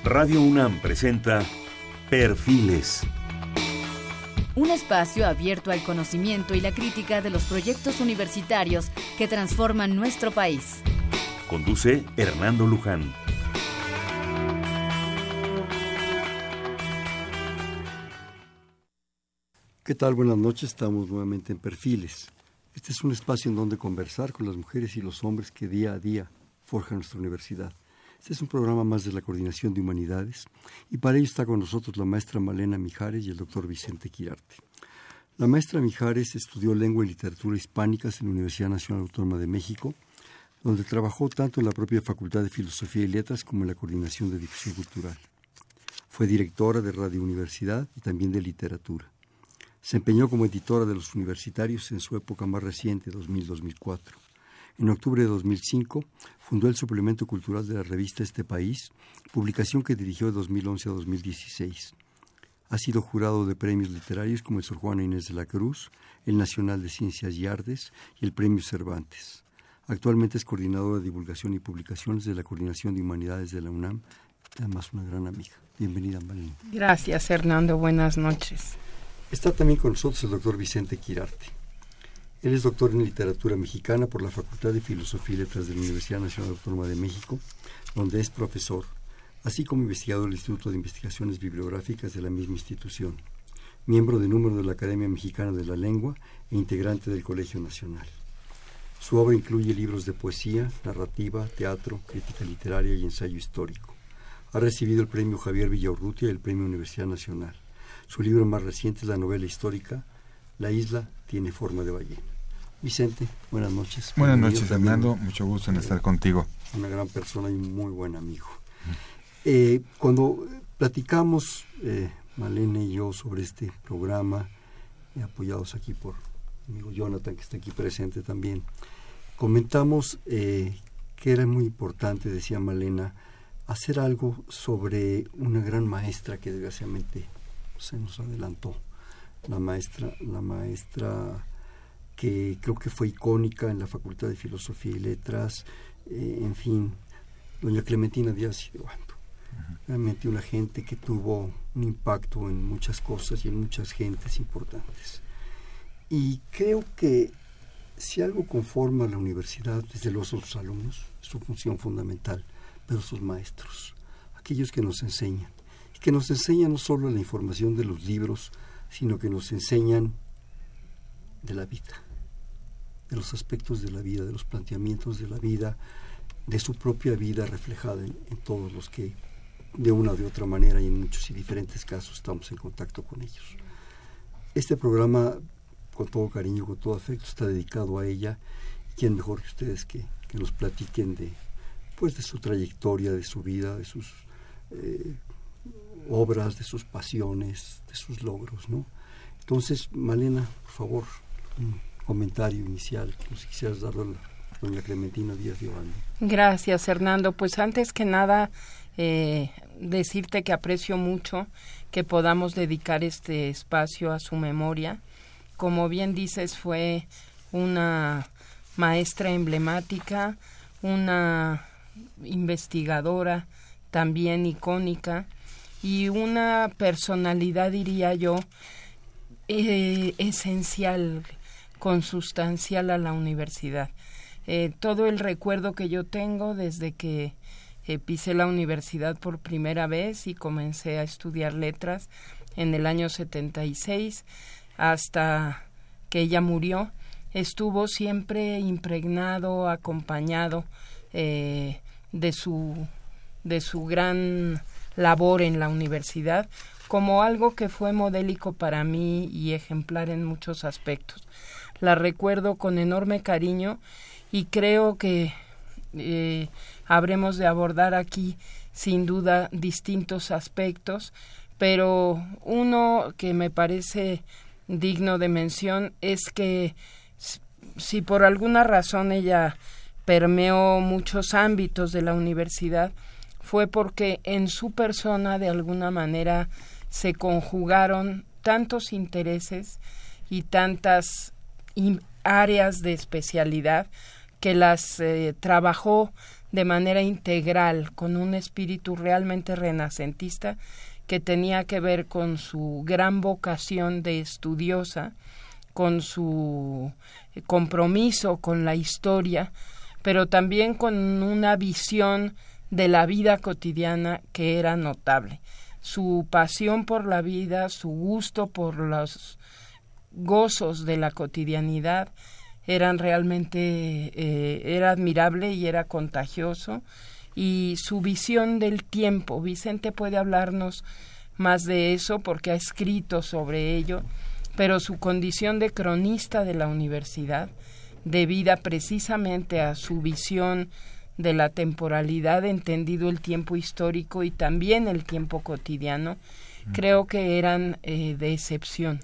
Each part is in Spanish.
Radio UNAM presenta Perfiles. Un espacio abierto al conocimiento y la crítica de los proyectos universitarios que transforman nuestro país. Conduce Hernando Luján. ¿Qué tal? Buenas noches, estamos nuevamente en Perfiles. Este es un espacio en donde conversar con las mujeres y los hombres que día a día forjan nuestra universidad. Este es un programa más de la Coordinación de Humanidades y para ello está con nosotros la maestra Malena Mijares y el doctor Vicente Quirarte. La maestra Mijares estudió Lengua y Literatura Hispánicas en la Universidad Nacional Autónoma de México, donde trabajó tanto en la propia Facultad de Filosofía y Letras como en la Coordinación de Difusión Cultural. Fue directora de Radio Universidad y también de Literatura. Se empeñó como editora de los universitarios en su época más reciente, 2000-2004. En octubre de 2005 fundó el suplemento cultural de la revista Este País, publicación que dirigió de 2011 a 2016. Ha sido jurado de premios literarios como el Sor Juana Inés de la Cruz, el Nacional de Ciencias y Artes y el Premio Cervantes. Actualmente es coordinadora de divulgación y publicaciones de la Coordinación de Humanidades de la UNAM, además una gran amiga. Bienvenida, Malena. Gracias, Hernando. Buenas noches. Está también con nosotros el doctor Vicente Quirarte. Él es doctor en Literatura Mexicana por la Facultad de Filosofía y Letras de la Universidad Nacional Autónoma de México, donde es profesor, así como investigador del Instituto de Investigaciones Bibliográficas de la misma institución, miembro de número de la Academia Mexicana de la Lengua e integrante del Colegio Nacional. Su obra incluye libros de poesía, narrativa, teatro, crítica literaria y ensayo histórico. Ha recibido el Premio Javier Villaurrutia y el Premio Universidad Nacional. Su libro más reciente es la novela histórica La isla tiene forma de ballena. Vicente, buenas noches. Buenas noches, Fernando. Mucho gusto en estar contigo. Una gran persona y un muy buen amigo. Cuando platicamos, Malena y yo, sobre este programa, apoyados aquí por mi amigo Jonathan, que está aquí presente también, comentamos que era muy importante, decía Malena, hacer algo sobre una gran maestra que desgraciadamente se nos adelantó, la maestra que creo que fue icónica en la Facultad de Filosofía y Letras, en fin, doña Clementina Díaz y de Obando. Realmente una gente que tuvo un impacto en muchas cosas y en muchas gentes importantes. Y creo que si algo conforma a la universidad, desde los otros alumnos, es su función fundamental, pero sus maestros, aquellos que nos enseñan no solo la información de los libros, sino que nos enseñan de la vida, de los aspectos de la vida, de los planteamientos de la vida, de su propia vida reflejada en todos los que de una o de otra manera y en muchos y diferentes casos estamos en contacto con ellos. Este programa, con todo cariño, con todo afecto, está dedicado a ella. ¿Quién mejor que ustedes que nos platiquen de su trayectoria, de su vida, de sus obras, de sus pasiones, de sus logros, ¿no? Entonces, Malena, por favor, un comentario inicial que nos quisieras dar a doña Clementina Díaz de Obando. Gracias, Hernando. Pues antes que nada, decirte que aprecio mucho que podamos dedicar este espacio a su memoria. Como bien dices, fue una maestra emblemática, una investigadora también icónica y una personalidad, diría yo, esencial, consustancial a la universidad. Todo el recuerdo que yo tengo desde que pisé la universidad por primera vez y comencé a estudiar letras en el año 76 hasta que ella murió, estuvo siempre impregnado, acompañado de su gran labor en la universidad, como algo que fue modélico para mí y ejemplar en muchos aspectos. La recuerdo con enorme cariño y creo que habremos de abordar aquí sin duda distintos aspectos, pero uno que me parece digno de mención es que si por alguna razón ella permeó muchos ámbitos de la universidad, fue porque en su persona de alguna manera se conjugaron tantos intereses y tantas áreas de especialidad que las trabajó de manera integral, con un espíritu realmente renacentista que tenía que ver con su gran vocación de estudiosa, con su compromiso con la historia, pero también con una visión de la vida cotidiana que era notable. Su pasión por la vida, su gusto por los gozos de la cotidianidad eran realmente, era admirable y era contagioso, y su visión del tiempo. Vicente puede hablarnos más de eso porque ha escrito sobre ello, pero su condición de cronista de la universidad, debida precisamente a su visión de la temporalidad, entendido el tiempo histórico y también el tiempo cotidiano, creo que eran de excepción.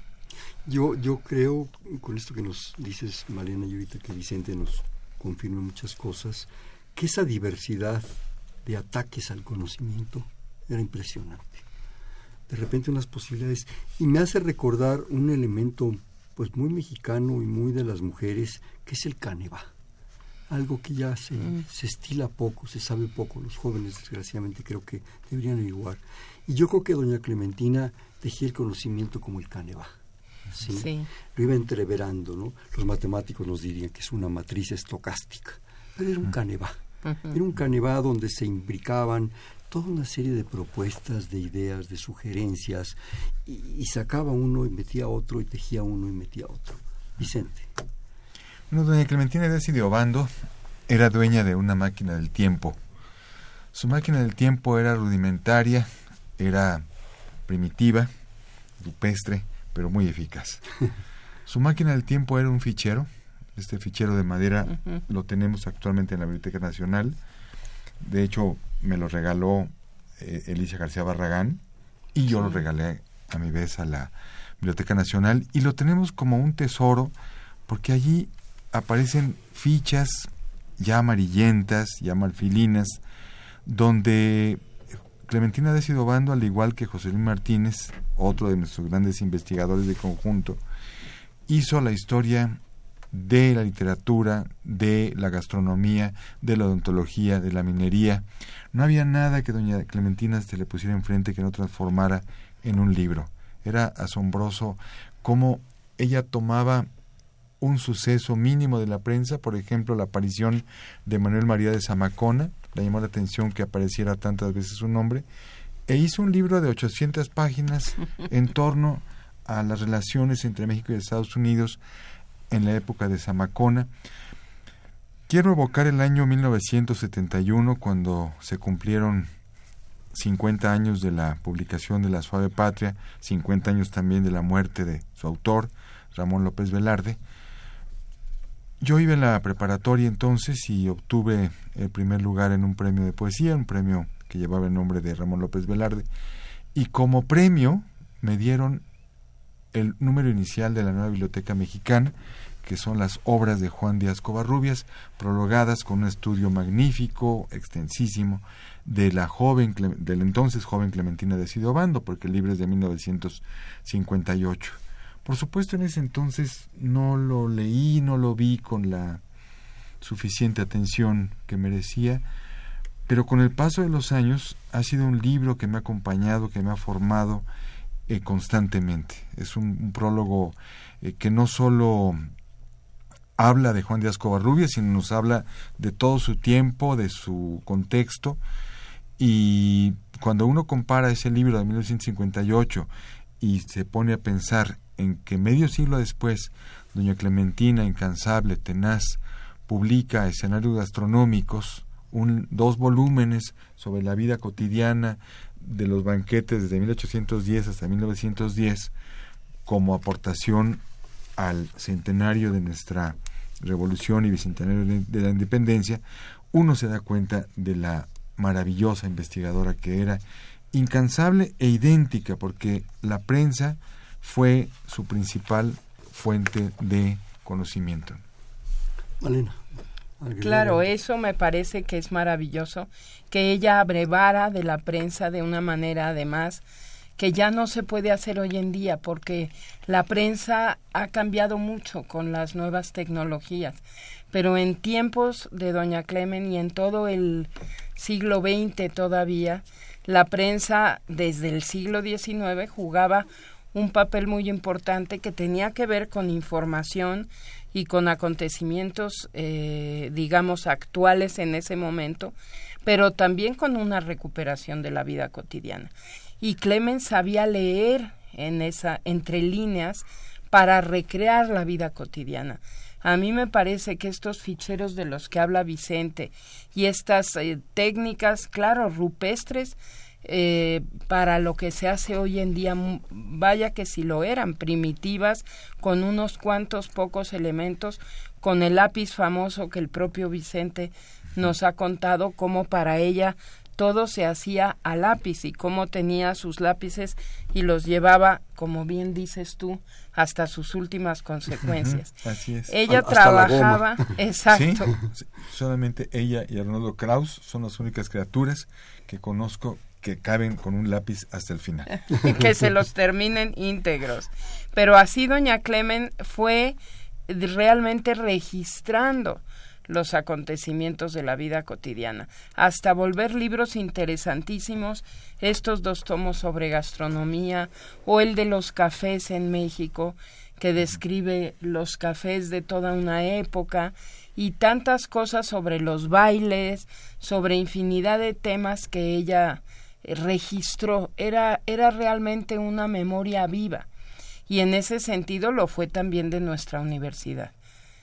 Yo creo, con esto que nos dices, Malena, y ahorita que Vicente nos confirma muchas cosas, que esa diversidad de ataques al conocimiento era impresionante. De repente unas posibilidades, y me hace recordar un elemento pues muy mexicano y muy de las mujeres, que es el canevá. Algo que ya se estila poco, se sabe poco. Los jóvenes, desgraciadamente, creo que deberían averiguar. Y yo creo que doña Clementina tejía el conocimiento como el canevá. ¿Sí? Sí. Lo iba entreverando, ¿no? Los matemáticos nos dirían que es una matriz estocástica, pero era un canevá. Era un canevá donde se imbricaban toda una serie de propuestas, de ideas, de sugerencias, y sacaba uno y metía otro, y tejía uno y metía otro. Vicente. Bueno, doña Clementina de Obando era dueña de una máquina del tiempo. Su máquina del tiempo era rudimentaria, era primitiva, rupestre, pero muy eficaz. Su máquina del tiempo era un fichero. Este fichero de madera lo tenemos actualmente en la Biblioteca Nacional. De hecho, me lo regaló Alicia García Barragán, y yo lo regalé a mi vez a la Biblioteca Nacional, y lo tenemos como un tesoro porque allí aparecen fichas ya amarillentas, ya malfilinas, donde Clementina de Obando, al igual que José Luis Martínez, otro de nuestros grandes investigadores de conjunto, hizo la historia de la literatura, de la gastronomía, de la odontología, de la minería. No había nada que doña Clementina se le pusiera enfrente que no transformara en un libro. Era asombroso cómo ella tomaba un suceso mínimo de la prensa, por ejemplo, la aparición de Manuel María de Zamacona, le llamó la atención que apareciera tantas veces su nombre, e hizo un libro de 800 páginas en torno a las relaciones entre México y Estados Unidos en la época de Zamacona. Quiero evocar el año 1971, cuando se cumplieron 50 años de la publicación de La Suave Patria, 50 años también de la muerte de su autor, Ramón López Velarde. Yo iba en la preparatoria entonces y obtuve el primer lugar en un premio de poesía, un premio que llevaba el nombre de Ramón López Velarde, y como premio me dieron el número inicial de la Nueva Biblioteca Mexicana, que son las obras de Juan Díaz Covarrubias, prologadas con un estudio magnífico, extensísimo, de la joven, del entonces joven Clementina de Obando, porque el libro es de 1958. Por supuesto, en ese entonces no lo leí, no lo vi con la suficiente atención que merecía, pero con el paso de los años ha sido un libro que me ha acompañado, que me ha formado constantemente. Es un prólogo que no solo habla de Juan Díaz Covarrubias, sino nos habla de todo su tiempo, de su contexto, y cuando uno compara ese libro de 1958 y se pone a pensar en que medio siglo después doña Clementina, incansable, tenaz, publica Escenarios Gastronómicos, 2 volúmenes sobre la vida cotidiana de los banquetes desde 1810 hasta 1910, como aportación al centenario de nuestra revolución y bicentenario de la independencia, uno se da cuenta de la maravillosa investigadora que era, incansable e idéntica, porque la prensa fue su principal fuente de conocimiento. Malena. Claro, eso me parece que es maravilloso, que ella abrevara de la prensa de una manera, además, que ya no se puede hacer hoy en día, porque la prensa ha cambiado mucho con las nuevas tecnologías. Pero en tiempos de doña Clemen y en todo el siglo XX todavía, la prensa desde el siglo XIX jugaba un papel muy importante que tenía que ver con información y con acontecimientos, digamos, actuales en ese momento, pero también con una recuperación de la vida cotidiana. Y Clemen sabía leer entre líneas para recrear la vida cotidiana. A mí me parece que estos ficheros de los que habla Vicente y estas técnicas, claro, rupestres, para lo que se hace hoy en día, vaya que si lo eran, primitivas, con unos cuantos pocos elementos, con el lápiz famoso que el propio Vicente nos ha contado, cómo para ella todo se hacía a lápiz y cómo tenía sus lápices y los llevaba, como bien dices tú, hasta sus últimas consecuencias. Así es. Ella trabajaba, exacto. ¿Sí? Solamente ella y Arnoldo Kraus son las únicas criaturas que conozco que caben con un lápiz hasta el final. Que se los terminen íntegros. Pero así doña Clemen fue realmente registrando los acontecimientos de la vida cotidiana, hasta volver libros interesantísimos, estos 2 tomos sobre gastronomía, o el de los cafés en México, que describe los cafés de toda una época, y tantas cosas sobre los bailes, sobre infinidad de temas que ella registró. Era realmente una memoria viva, y en ese sentido lo fue también de nuestra universidad.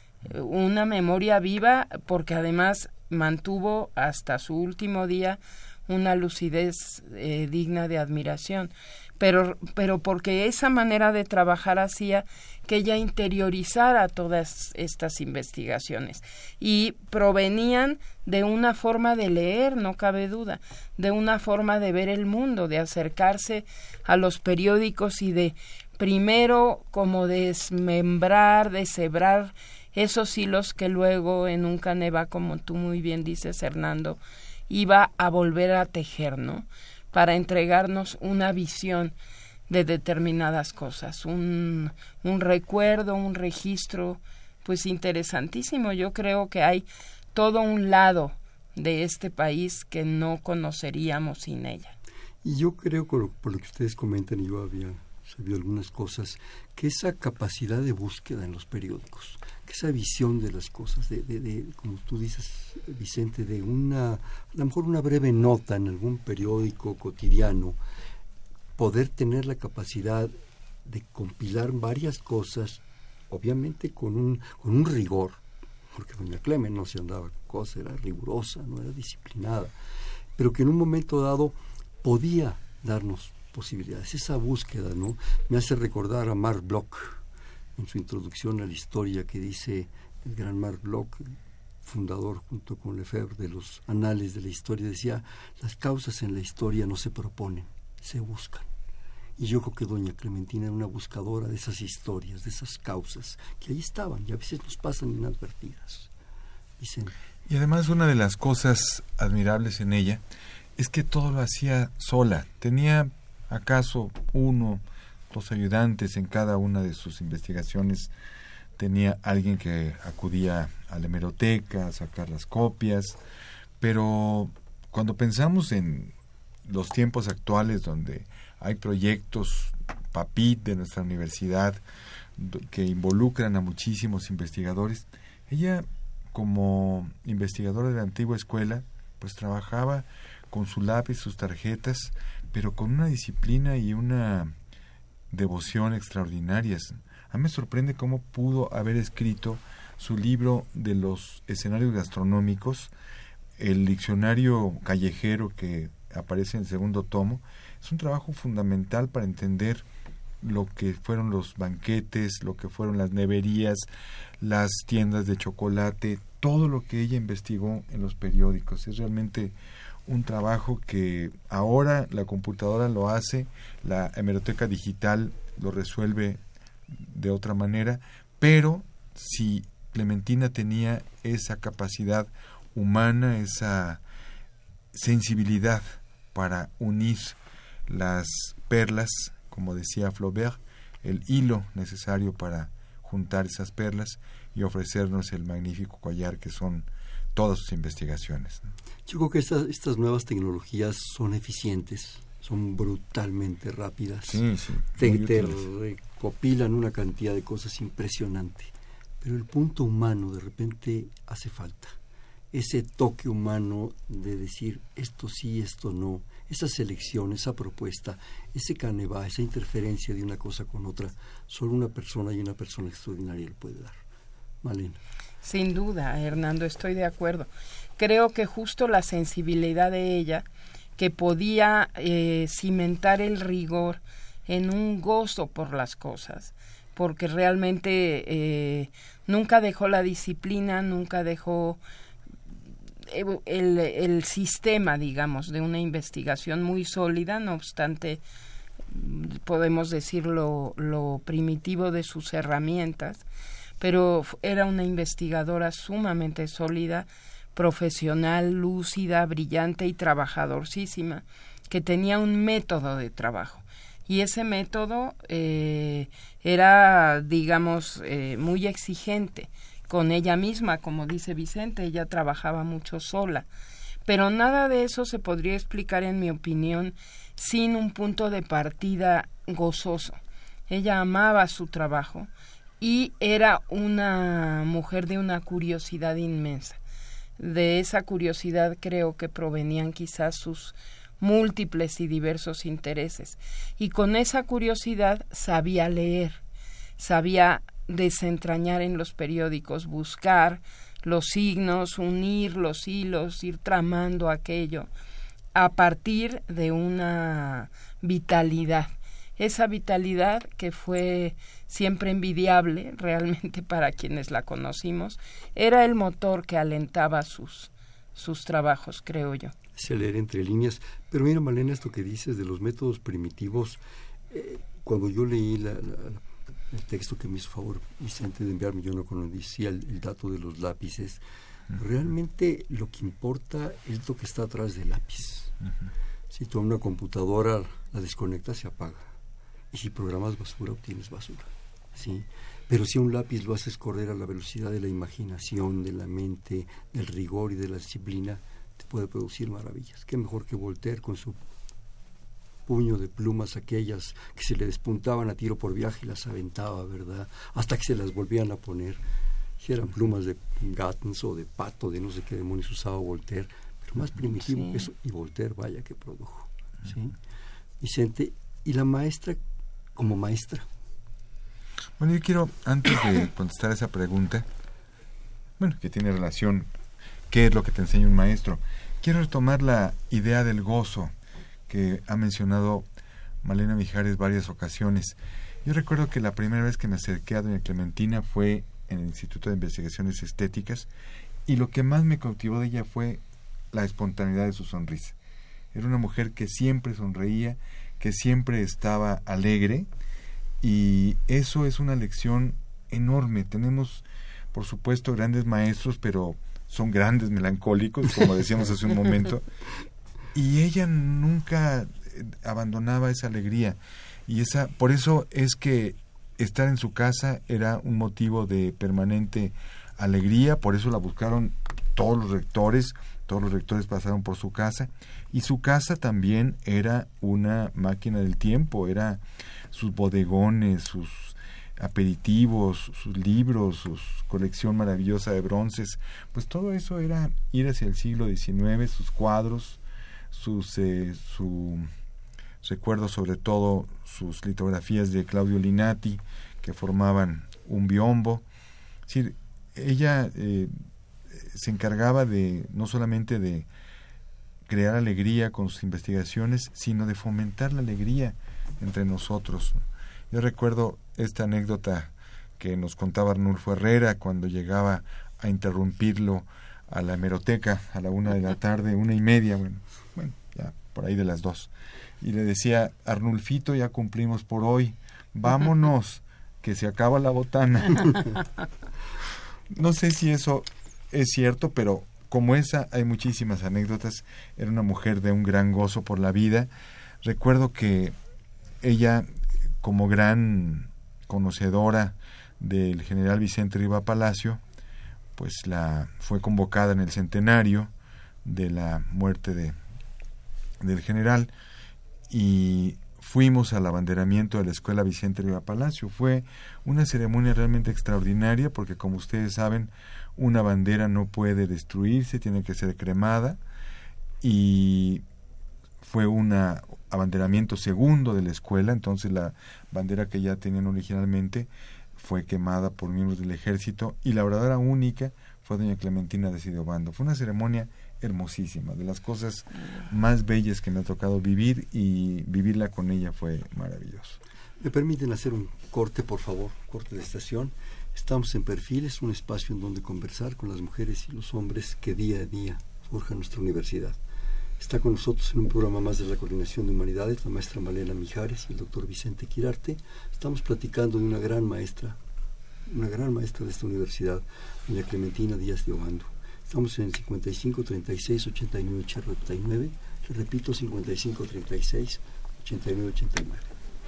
Una memoria viva, porque además mantuvo hasta su último día una lucidez digna de admiración, pero porque esa manera de trabajar hacía que ella interiorizara todas estas investigaciones y provenían de una forma de leer, no cabe duda, de una forma de ver el mundo, de acercarse a los periódicos y de primero como desmembrar, deshebrar esos hilos que luego en un caneva, como tú muy bien dices, Hernando, iba a volver a tejer, ¿no? Para entregarnos una visión de determinadas cosas, un recuerdo, un registro, pues interesantísimo. Yo creo que hay todo un lado de este país que no conoceríamos sin ella. Y yo creo, por lo que ustedes comentan, y yo había sabido algunas cosas, que esa capacidad de búsqueda en los periódicos, que esa visión de las cosas, de como tú dices, Vicente, de a lo mejor una breve nota en algún periódico cotidiano, poder tener la capacidad de compilar varias cosas, obviamente con un rigor, porque doña Clemen no se andaba con cosas, era rigurosa, no era disciplinada, pero que en un momento dado podía darnos posibilidades. Esa búsqueda, ¿no? Me hace recordar a Marc Bloch en su introducción a la historia, que dice el gran Marc Bloch, fundador junto con Lefebvre de los anales de la historia, decía: las causas en la historia no se proponen, se buscan. Y yo creo que doña Clementina era una buscadora de esas historias, de esas causas que ahí estaban y a veces nos pasan inadvertidas. Vicente. Y además una de las cosas admirables en ella es que todo lo hacía sola. Tenía acaso 1, 2 ayudantes en cada una de sus investigaciones. Tenía alguien que acudía a la hemeroteca a sacar las copias, pero cuando pensamos en los tiempos actuales donde hay proyectos PAPIT de nuestra universidad que involucran a muchísimos investigadores, ella como investigadora de la antigua escuela pues trabajaba con su lápiz, sus tarjetas, pero con una disciplina y una devoción extraordinarias. A mí me sorprende cómo pudo haber escrito su libro de los escenarios gastronómicos, el diccionario callejero que aparece en el 2º tomo. Es un trabajo fundamental para entender lo que fueron los banquetes, lo que fueron las neverías, las tiendas de chocolate, todo lo que ella investigó en los periódicos. Es realmente un trabajo que ahora la computadora lo hace, la hemeroteca digital lo resuelve de otra manera, pero si Clementina tenía esa capacidad humana, esa sensibilidad para unir las perlas, como decía Flaubert, el hilo necesario para juntar esas perlas y ofrecernos el magnífico collar que son todas sus investigaciones. Yo creo que estas nuevas tecnologías son eficientes, son brutalmente rápidas. Sí, te recopilan una cantidad de cosas impresionante. Pero el punto humano de repente hace falta. Ese toque humano de decir esto sí, esto no, esa selección, esa propuesta, ese canevá, esa interferencia de una cosa con otra, solo una persona y una persona extraordinaria le puede dar. Malena. Sin duda, Hernando, estoy de acuerdo. Creo que justo la sensibilidad de ella, que podía cimentar el rigor en un gozo por las cosas, porque realmente nunca dejó la disciplina, nunca dejó el sistema, digamos, de una investigación muy sólida, no obstante, podemos decir lo primitivo de sus herramientas, pero era una investigadora sumamente sólida, profesional, lúcida, brillante y trabajadorcísima, que tenía un método de trabajo. Y ese método era, digamos, muy exigente con ella misma, como dice Vicente, ella trabajaba mucho sola. Pero nada de eso se podría explicar, en mi opinión, sin un punto de partida gozoso. Ella amaba su trabajo y era una mujer de una curiosidad inmensa. De esa curiosidad creo que provenían quizás sus múltiples y diversos intereses. Y con esa curiosidad sabía leer, sabía desentrañar en los periódicos, buscar los signos, unir los hilos, ir tramando aquello a partir de una vitalidad. Esa vitalidad que fue siempre envidiable realmente para quienes la conocimos, era el motor que alentaba sus trabajos, creo yo. Se leer entre líneas. Pero mira, Malena, esto que dices de los métodos primitivos, cuando yo leí el texto que me hizo favor Vicente de enviarme, yo no conocía el dato de los lápices. Realmente lo que importa es lo que está atrás del lápiz. Si tú a una computadora la desconectas, se apaga. Y si programas basura, obtienes basura. ¿Sí? Pero si un lápiz lo haces correr a la velocidad de la imaginación, de la mente, del rigor y de la disciplina, te puede producir maravillas. Qué mejor que Voltaire con su puño de plumas, aquellas que se le despuntaban a tiro por viaje y las aventaba, ¿verdad? Hasta que se las volvían a poner. Si eran plumas de Gatens o de pato, de no sé qué demonios usaba Voltaire, pero más primitivo que eso, y Voltaire, vaya que produjo. ¿Sí? Vicente, ¿y la maestra como maestra? Bueno, yo quiero, antes de contestar esa pregunta, que tiene relación, ¿qué es lo que te enseña un maestro? Quiero retomar la idea del gozo que ha mencionado Malena Mijares varias ocasiones. Yo recuerdo que la primera vez que me acerqué a doña Clementina fue en el Instituto de Investigaciones Estéticas, y lo que más me cautivó de ella fue la espontaneidad de su sonrisa. Era una mujer que siempre sonreía, que siempre estaba alegre, y eso es una lección enorme. Tenemos, por supuesto, grandes maestros, pero son grandes melancólicos, como decíamos hace un momento, y ella nunca abandonaba esa alegría, y por eso es que estar en su casa era un motivo de permanente alegría. Por eso la buscaron todos los rectores pasaron por su casa, y su casa también era una máquina del tiempo, era sus bodegones, sus aperitivos, sus libros, su colección maravillosa de bronces. Pues todo eso era ir hacia el siglo XIX, sus cuadros, su recuerdo, sobre todo sus litografías de Claudio Linati, que formaban un biombo. Es decir, ella se encargaba no solamente de crear alegría con sus investigaciones, sino de fomentar la alegría entre nosotros. Yo recuerdo esta anécdota que nos contaba Arnulfo Herrera cuando llegaba a interrumpirlo a la hemeroteca a la 1 de la tarde, 1:30, bueno, ya por ahí de las 2, y le decía: Arnulfito, ya cumplimos por hoy, vámonos, que se acaba la botana. No sé si eso es cierto, pero como esa hay muchísimas anécdotas. Era una mujer de un gran gozo por la vida, Recuerdo que ella, como gran conocedora del general Vicente Riva Palacio, pues fue convocada en el centenario de la muerte del general, y fuimos al abanderamiento de la Escuela Vicente Riva Palacio. Fue una ceremonia realmente extraordinaria, porque como ustedes saben, una bandera no puede destruirse, tiene que ser cremada, y fue un abanderamiento segundo de la escuela. Entonces la bandera que ya tenían originalmente fue quemada por miembros del ejército, y la oradora única fue doña Clementina Decidio Obando. Fue una ceremonia hermosísima, de las cosas más bellas que me ha tocado vivir, y vivirla con ella fue maravilloso. ¿Me permiten hacer un corte, por favor? Corte de estación. Estamos en Perfiles, un espacio en donde conversar con las mujeres y los hombres que día a día forjan nuestra universidad. Está con nosotros en un programa más de la Coordinación de Humanidades la maestra Malena Mijares y el doctor Vicente Quirarte. Estamos platicando de una gran maestra de esta universidad, doña Clementina Díaz de Obando. Estamos en el 55 36 89 89, le repito, 55 36 89 89.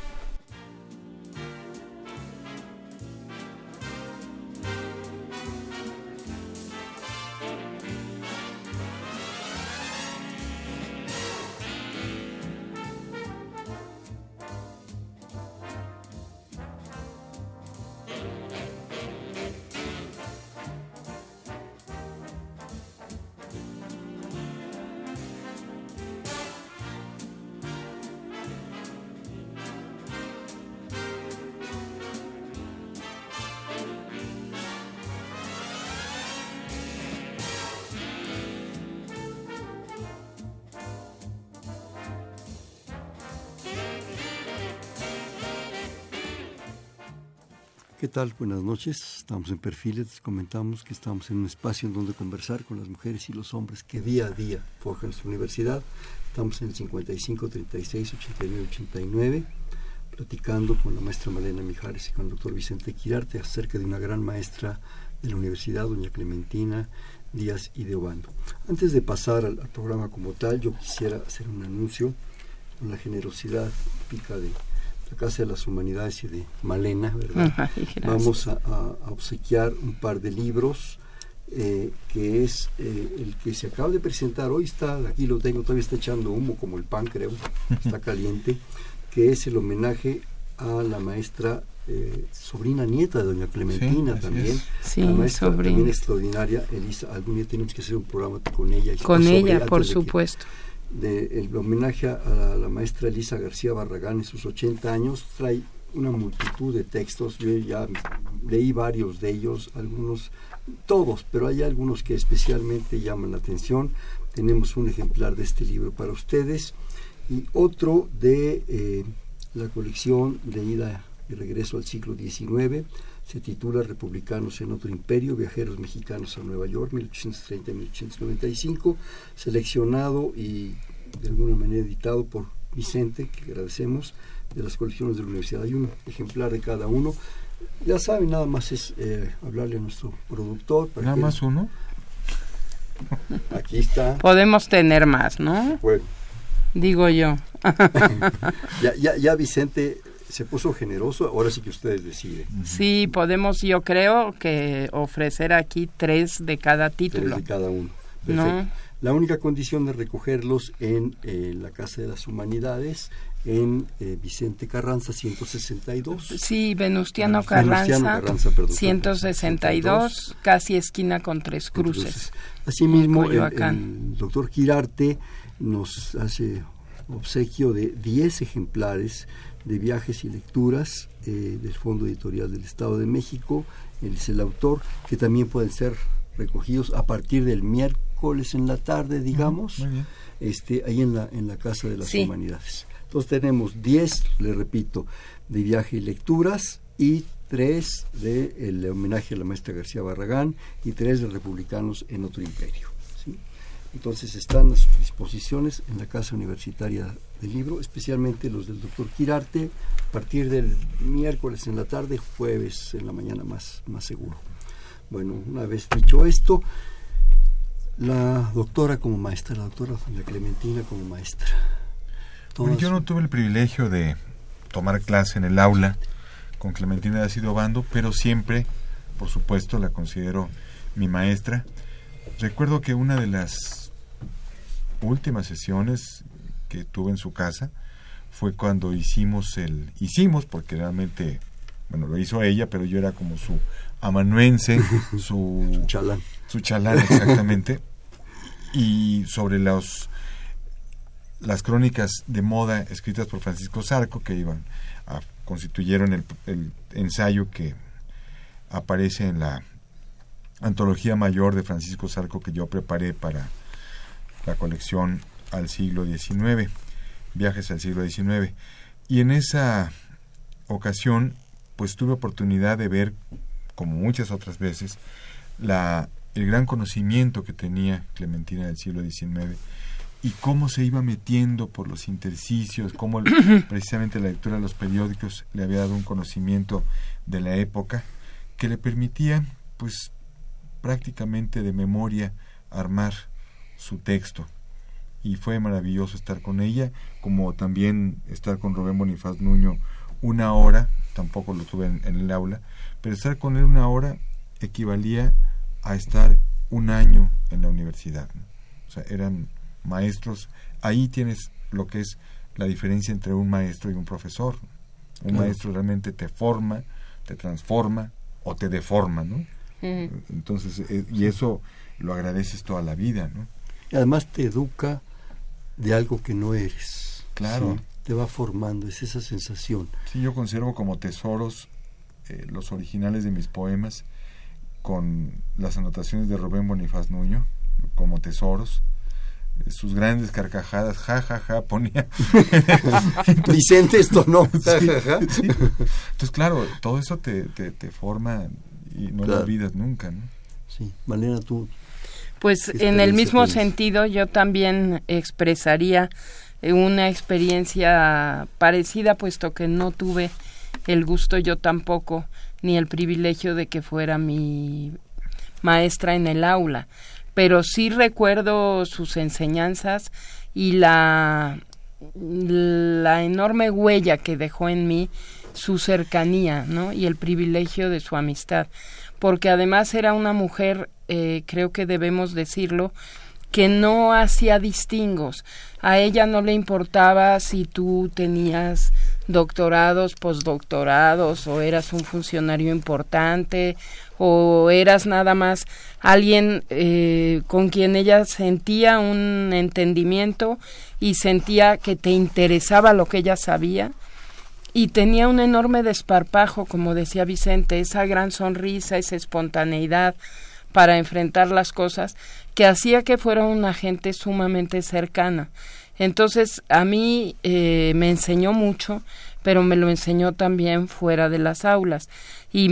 ¿Qué tal? Buenas noches. Estamos en Perfiles. Les comentamos que estamos en un espacio en donde conversar con las mujeres y los hombres que día a día forjan nuestra universidad. Estamos en el 55 36 89 89, platicando con la maestra Malena Mijares y con el doctor Vicente Quirarte acerca de una gran maestra de la universidad, doña Clementina Díaz de Obando. Antes de pasar al programa como tal, yo quisiera hacer un anuncio con la generosidad típica de la Casa de las Humanidades y de Malena, ¿verdad? Ay, vamos a obsequiar un par de libros, que es el que se acaba de presentar hoy. Aquí lo tengo, todavía está echando humo como el pan, creo, está caliente, que es el homenaje a la maestra, sobrina nieta de doña Clementina, sí, también, sí, la maestra sobrina. También extraordinaria, Elisa. Algún día tenemos que hacer un programa con ella. Con ella, por supuesto. El homenaje a la maestra Elisa García Barragán en sus 80 años. Trae una multitud de textos. Yo ya leí varios de ellos, todos, pero hay algunos que especialmente llaman la atención. Tenemos un ejemplar de este libro para ustedes y otro de la colección de ida y regreso al siglo XIX. Se titula Republicanos en otro imperio, viajeros mexicanos a Nueva York, 1830-1895, seleccionado y de alguna manera editado por Vicente, que agradecemos, de las colecciones de la universidad. Hay un ejemplar de cada uno. Ya saben, nada más es hablarle a nuestro productor. ¿Nada más uno? Aquí está. Podemos tener más, ¿no? Bueno. Digo yo. ya Vicente se puso generoso, ahora sí que ustedes deciden. Sí, podemos, yo creo que ofrecer aquí 3 de cada título. 3 de cada uno. Perfecto. ¿No? La única condición de recogerlos en la Casa de las Humanidades, en Vicente Carranza 162. Sí, Venustiano Carranza, perdón, 162, casi esquina con Tres Cruces. Asimismo, el doctor Quirarte nos hace obsequio de 10 ejemplares de Viajes y Lecturas del Fondo Editorial del Estado de México. Él es el autor, que también pueden ser recogidos a partir del miércoles en la tarde, digamos, ahí en la Casa de las Humanidades. Entonces tenemos 10, le repito, de Viaje y Lecturas, y 3 de el homenaje a la maestra García Barragán, y 3 de Republicanos en otro imperio, ¿sí? Entonces están a sus disposiciones en la Casa Universitaria del Libro, especialmente los del doctor Quirarte, a partir del miércoles en la tarde, jueves en la mañana más seguro. Bueno, una vez dicho esto, la doctora como maestra, la doctora doña Clementina como maestra. Bueno, yo no tuve el privilegio de tomar clase en el aula con Clementina Dácido Obando, pero siempre, por supuesto, la considero mi maestra. Recuerdo que una de las últimas sesiones que tuve en su casa fue cuando hicimos porque realmente, bueno, lo hizo ella, pero yo era como su amanuense, su chalán. Su chalán, exactamente. Y sobre las crónicas de moda escritas por Francisco Zarco, que constituyeron el ensayo que aparece en la antología mayor de Francisco Zarco que yo preparé para la colección al siglo XIX, Viajes al siglo XIX. Y en esa ocasión, pues tuve oportunidad de ver, como muchas otras veces, el gran conocimiento que tenía Clementina del siglo XIX y cómo se iba metiendo por los intersticios, cómo precisamente la lectura de los periódicos le había dado un conocimiento de la época que le permitía, pues, prácticamente de memoria armar su texto. Y fue maravilloso estar con ella, como también estar con Rubén Bonifaz Nuño una hora, tampoco lo tuve en el aula, pero estar con él una hora equivalía a estar un año en la universidad, ¿no? O sea, eran maestros. Ahí tienes lo que es la diferencia entre un maestro y un profesor. Un maestro realmente te forma, te transforma o te deforma, ¿no? Entonces, y eso lo agradeces toda la vida, ¿no? Y además te educa de algo que no eres. Claro. ¿Sí? Te va formando, es esa sensación. Sí, yo conservo como tesoros los originales de mis poemas con las anotaciones de Rubén Bonifaz Nuño como tesoros, sus grandes carcajadas, ja, ja, ja, ponía. Vicente, esto no. Sí, sí. Entonces, claro, todo eso te forma y no lo olvidas nunca, ¿no? Sí, Malena, tú. Pues en el mismo sentido, yo también expresaría una experiencia parecida, puesto que no tuve el gusto yo tampoco, ni el privilegio de que fuera mi maestra en el aula, pero sí recuerdo sus enseñanzas y la enorme huella que dejó en mí su cercanía, ¿no? Y el privilegio de su amistad, porque además era una mujer, creo que debemos decirlo, que no hacía distingos. A ella no le importaba si tú tenías doctorados, postdoctorados, o eras un funcionario importante, o eras nada más alguien con quien ella sentía un entendimiento y sentía que te interesaba lo que ella sabía, y tenía un enorme desparpajo, como decía Vicente, esa gran sonrisa, esa espontaneidad para enfrentar las cosas, que hacía que fuera una gente sumamente cercana. Entonces, a mí me enseñó mucho, pero me lo enseñó también fuera de las aulas. Y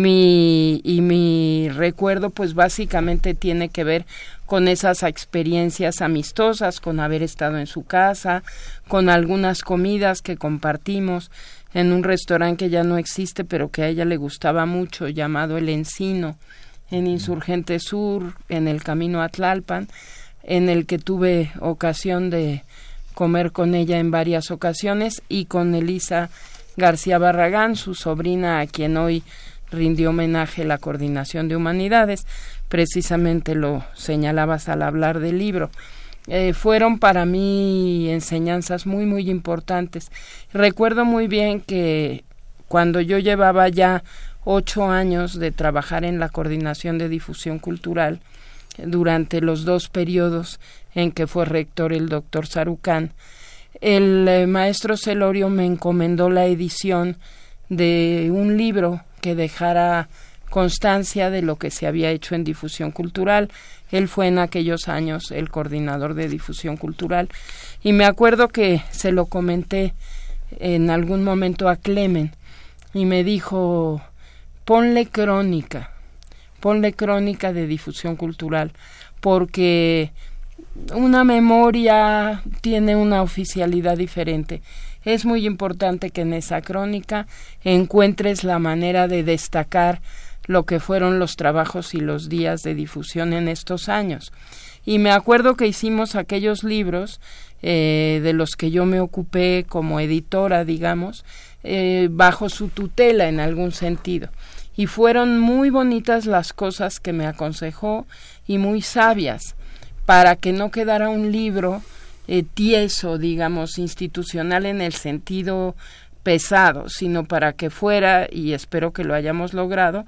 mi recuerdo, pues básicamente tiene que ver con esas experiencias amistosas, con haber estado en su casa, con algunas comidas que compartimos en un restaurante que ya no existe, pero que a ella le gustaba mucho, llamado El Encino, en Insurgente Sur, en el camino a Tlalpan, en el que tuve ocasión de comer con ella en varias ocasiones, y con Elisa García Barragán, su sobrina, a quien hoy rindió homenaje la Coordinación de Humanidades. Precisamente lo señalabas al hablar del libro. Fueron para mí enseñanzas muy, muy importantes. Recuerdo muy bien que cuando yo llevaba ya 8 años de trabajar en la Coordinación de Difusión Cultural, durante los 2 periodos en que fue rector el doctor Sarucán, el maestro Celorio me encomendó la edición de un libro que dejara constancia de lo que se había hecho en difusión cultural. Él fue en aquellos años el coordinador de difusión cultural, y me acuerdo que se lo comenté en algún momento a Clemen, y me dijo: ponle crónica de difusión cultural, porque una memoria tiene una oficialidad diferente. Es muy importante que en esa crónica encuentres la manera de destacar lo que fueron los trabajos y los días de difusión en estos años. Y me acuerdo que hicimos aquellos libros de los que yo me ocupé como editora, digamos, bajo su tutela en algún sentido. Y fueron muy bonitas las cosas que me aconsejó y muy sabias, para que no quedara un libro tieso, digamos, institucional en el sentido pesado, sino para que fuera, y espero que lo hayamos logrado,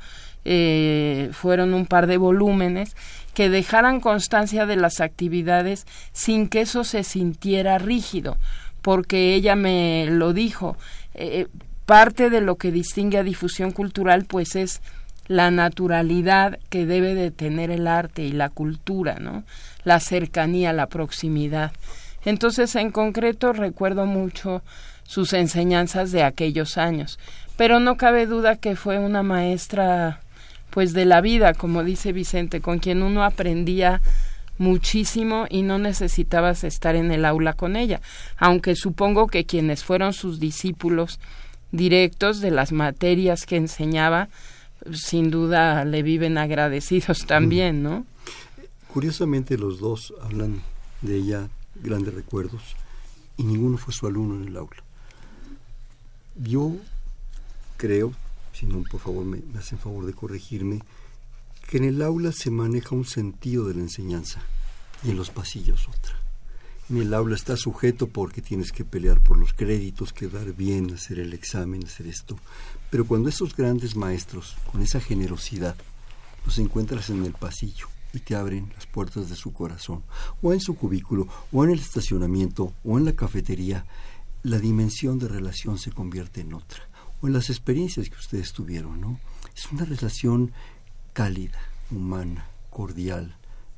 fueron un par de volúmenes que dejaran constancia de las actividades sin que eso se sintiera rígido, porque ella me lo dijo, parte de lo que distingue a Difusión Cultural pues es la naturalidad que debe de tener el arte y la cultura, ¿no? La cercanía, la proximidad. Entonces, en concreto, recuerdo mucho sus enseñanzas de aquellos años, pero no cabe duda que fue una maestra pues de la vida, como dice Vicente, con quien uno aprendía muchísimo y no necesitabas estar en el aula con ella, aunque supongo que quienes fueron sus discípulos directos de las materias que enseñaba, sin duda le viven agradecidos también, ¿no? Curiosamente los dos hablan de ella grandes recuerdos y ninguno fue su alumno en el aula. Yo creo, si no, por favor me hacen favor de corregirme, que en el aula se maneja un sentido de la enseñanza y en los pasillos otra. En el aula está sujeto porque tienes que pelear por los créditos, quedar bien, hacer el examen, hacer esto. Pero cuando esos grandes maestros, con esa generosidad, los encuentras en el pasillo y te abren las puertas de su corazón, o en su cubículo, o en el estacionamiento, o en la cafetería, la dimensión de relación se convierte en otra. O en las experiencias que ustedes tuvieron, ¿no? Es una relación cálida, humana, cordial,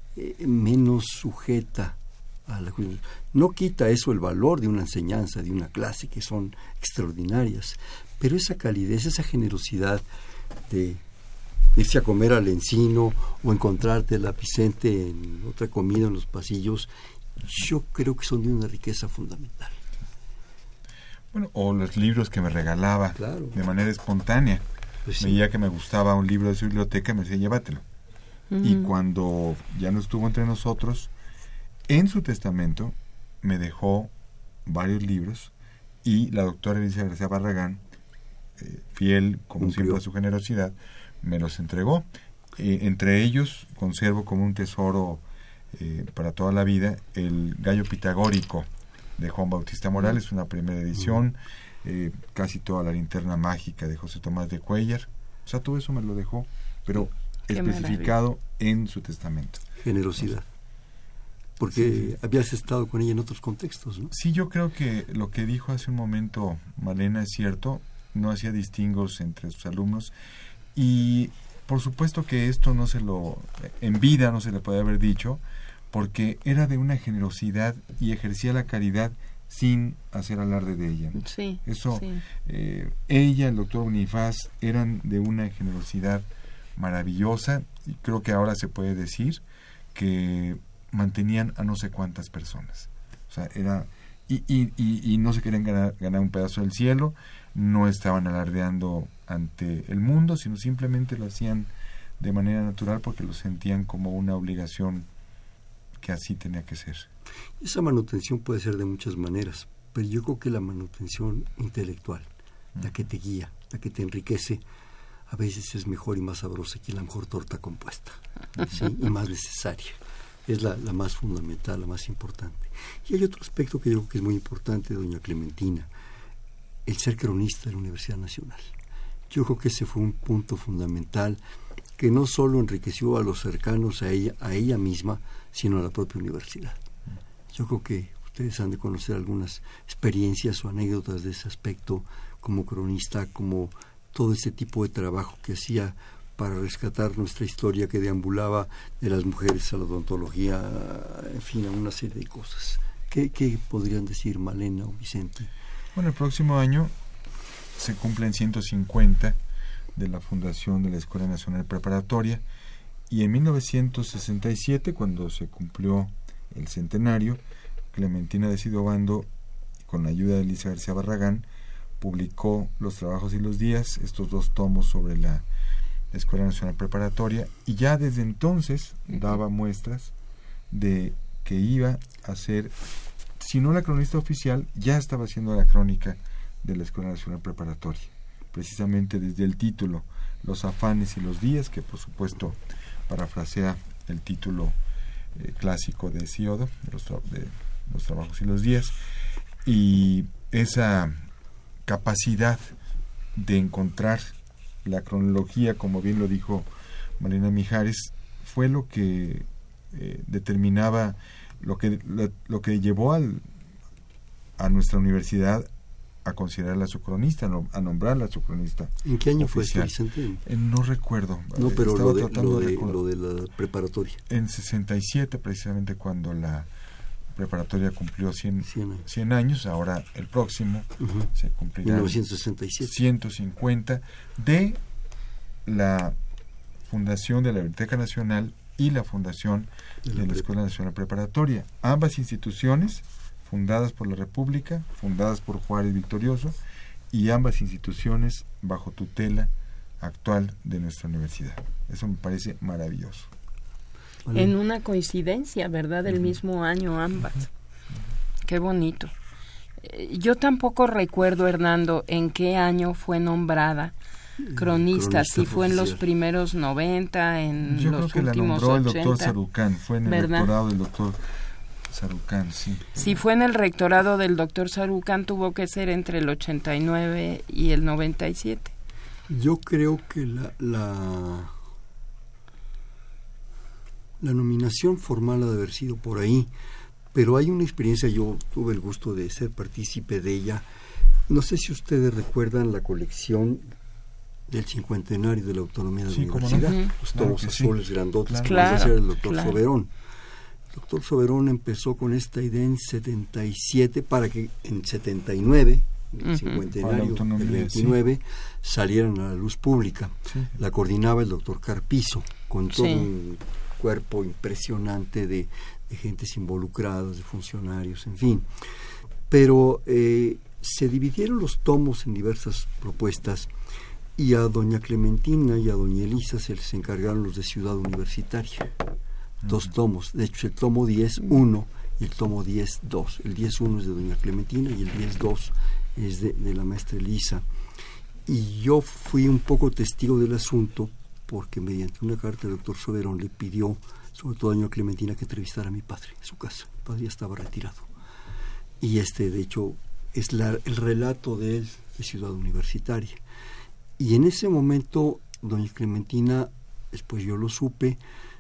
menos sujeta a la... No quita eso el valor de una enseñanza, de una clase, que son extraordinarias, pero esa calidez, esa generosidad de irse a comer al Encino o encontrarte la Vicente en otra comida en los pasillos, yo creo que son de una riqueza fundamental. Bueno, o los libros que me regalaba, claro, de manera espontánea. Pues sí. Veía que me gustaba un libro de su biblioteca y me decía, llévatelo. Y cuando ya no estuvo entre nosotros, en su testamento me dejó varios libros y la doctora Elisa García Barragán, fiel como siempre a su generosidad, me los entregó. Entre ellos conservo como un tesoro para toda la vida el Gallo Pitagórico de Juan Bautista Morales, una primera edición, casi toda la Linterna Mágica de José Tomás de Cuéllar. O sea, todo eso me lo dejó, pero qué especificado maravilla en su testamento. Generosidad. Porque habías estado con ella en otros contextos, ¿no? Sí, yo creo que lo que dijo hace un momento Malena es cierto, no hacía distingos entre sus alumnos y por supuesto que esto no se lo, en vida no se le puede haber dicho, porque era de una generosidad y ejercía la caridad sin hacer alarde de ella, ¿no? Sí, eso, sí. Ella, el doctor Bonifaz, eran de una generosidad maravillosa y creo que ahora se puede decir que mantenían a no sé cuántas personas. O sea, era... Y no se querían ganar un pedazo del cielo, no estaban alardeando ante el mundo, sino simplemente lo hacían de manera natural porque lo sentían como una obligación que así tenía que ser. Esa manutención puede ser de muchas maneras, pero yo creo que la manutención intelectual, la que te guía, la que te enriquece, a veces es mejor y más sabrosa que la mejor torta compuesta, ¿sí? Y más necesaria. Es la más fundamental, la más importante. Y hay otro aspecto que yo creo que es muy importante, doña Clementina, el ser cronista de la Universidad Nacional. Yo creo que ese fue un punto fundamental que no solo enriqueció a los cercanos a ella misma, sino a la propia universidad. Yo creo que ustedes han de conocer algunas experiencias o anécdotas de ese aspecto como cronista, como todo ese tipo de trabajo que hacía para rescatar nuestra historia que deambulaba de las mujeres a la odontología, en fin, a una serie de cosas. ¿Qué podrían decir Malena o Vicente? Bueno, el próximo año se cumplen 150 de la fundación de la Escuela Nacional Preparatoria y en 1967, cuando se cumplió el centenario, Clementina de Sidobando, con la ayuda de Elisa García Barragán, publicó Los Trabajos y los Días, estos dos tomos sobre la Escuela Nacional Preparatoria, y ya desde entonces daba muestras de que iba a ser, si no la cronista oficial, ya estaba haciendo la crónica de la Escuela Nacional Preparatoria, precisamente desde el título, Los afanes y los días, que por supuesto parafrasea el título clásico de Hesíodo, de los trabajos y los días, y esa capacidad de encontrar la cronología, como bien lo dijo Malena Mijares, fue lo que determinaba, lo que llevó a nuestra universidad a considerarla su cronista, a nombrarla su cronista. ¿En qué año oficial. Fue esto, Vicente? No recuerdo. No, pero lo de la preparatoria. En 67, precisamente cuando la preparatoria cumplió 100 años, ahora el próximo se cumplirá 1967. 150 de la fundación de la Biblioteca Nacional y la fundación de la Escuela Nacional Preparatoria. Ambas instituciones fundadas por la República, fundadas por Juárez Victorioso, y ambas instituciones bajo tutela actual de nuestra universidad. Eso me parece maravilloso. Vale. En una coincidencia, ¿verdad? Del mismo año ambas. Qué bonito. Yo tampoco recuerdo, Hernando, en qué año fue nombrada cronista, si fue en los primeros 90, en yo los creo que últimos la nombró 80. El doctor Sarucán, fue en el ¿verdad? rectorado del doctor Sarucán, sí. Si fue en el rectorado del doctor Sarucán, tuvo que ser entre el 89 y el 97. Yo creo que la nominación formal ha de haber sido por ahí, pero hay una experiencia, yo tuve el gusto de ser partícipe de ella. No sé si ustedes recuerdan la colección del cincuentenario de la autonomía de la universidad, no. los tomos azules grandotes, claro, que el doctor Soberón. El doctor Soberón empezó con esta idea en 77 para que en 79, el cincuentenario del 29, salieran a la luz pública. Sí. La coordinaba el doctor Carpizo, con todo un cuerpo impresionante de gentes involucradas, de funcionarios, en fin. Pero se dividieron los tomos en diversas propuestas, y a doña Clementina y a doña Elisa se les encargaron los de Ciudad Universitaria. 2 tomos, de hecho el tomo 10.1 y el tomo 10.2. El 10.1 es de doña Clementina y el 10.2 es de la maestra Elisa. Y yo fui un poco testigo del asunto, porque mediante una carta el doctor Soberón le pidió, sobre todo a doña Clementina, que entrevistara a mi padre en su casa. Mi padre ya estaba retirado. Y de hecho, es el relato de él de Ciudad Universitaria. Y en ese momento, doña Clementina, después yo lo supe,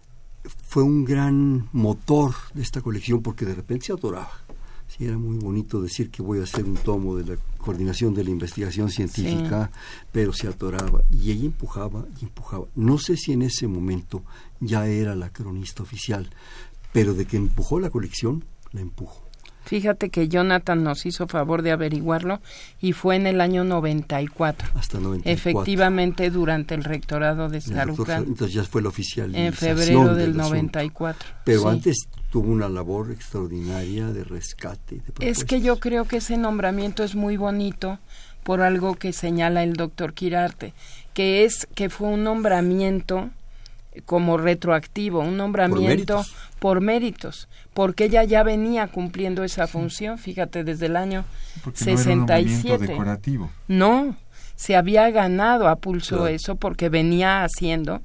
fue un gran motor de esta colección, porque de repente se atoraba. Sí, era muy bonito decir que voy a hacer un tomo de la coordinación de la investigación científica, pero se atoraba, y ella empujaba y empujaba. No sé si en ese momento ya era la cronista oficial, pero de que empujó la colección, la empujó. Fíjate que Jonathan nos hizo favor de averiguarlo, y fue en el año 94. Hasta 94. Efectivamente, durante el rectorado de Sarucán. Entonces ya fue la oficial. En febrero del 94. Pero antes tuvo una labor extraordinaria de rescate. De propuestas. Es que yo creo que ese nombramiento es muy bonito por algo que señala el doctor Quirarte, que fue un nombramiento como retroactivo, un nombramiento por méritos, porque ella ya venía cumpliendo esa función, fíjate, desde el año porque 67. No era un nombramiento decorativo. No, se había ganado a pulso eso, porque venía haciendo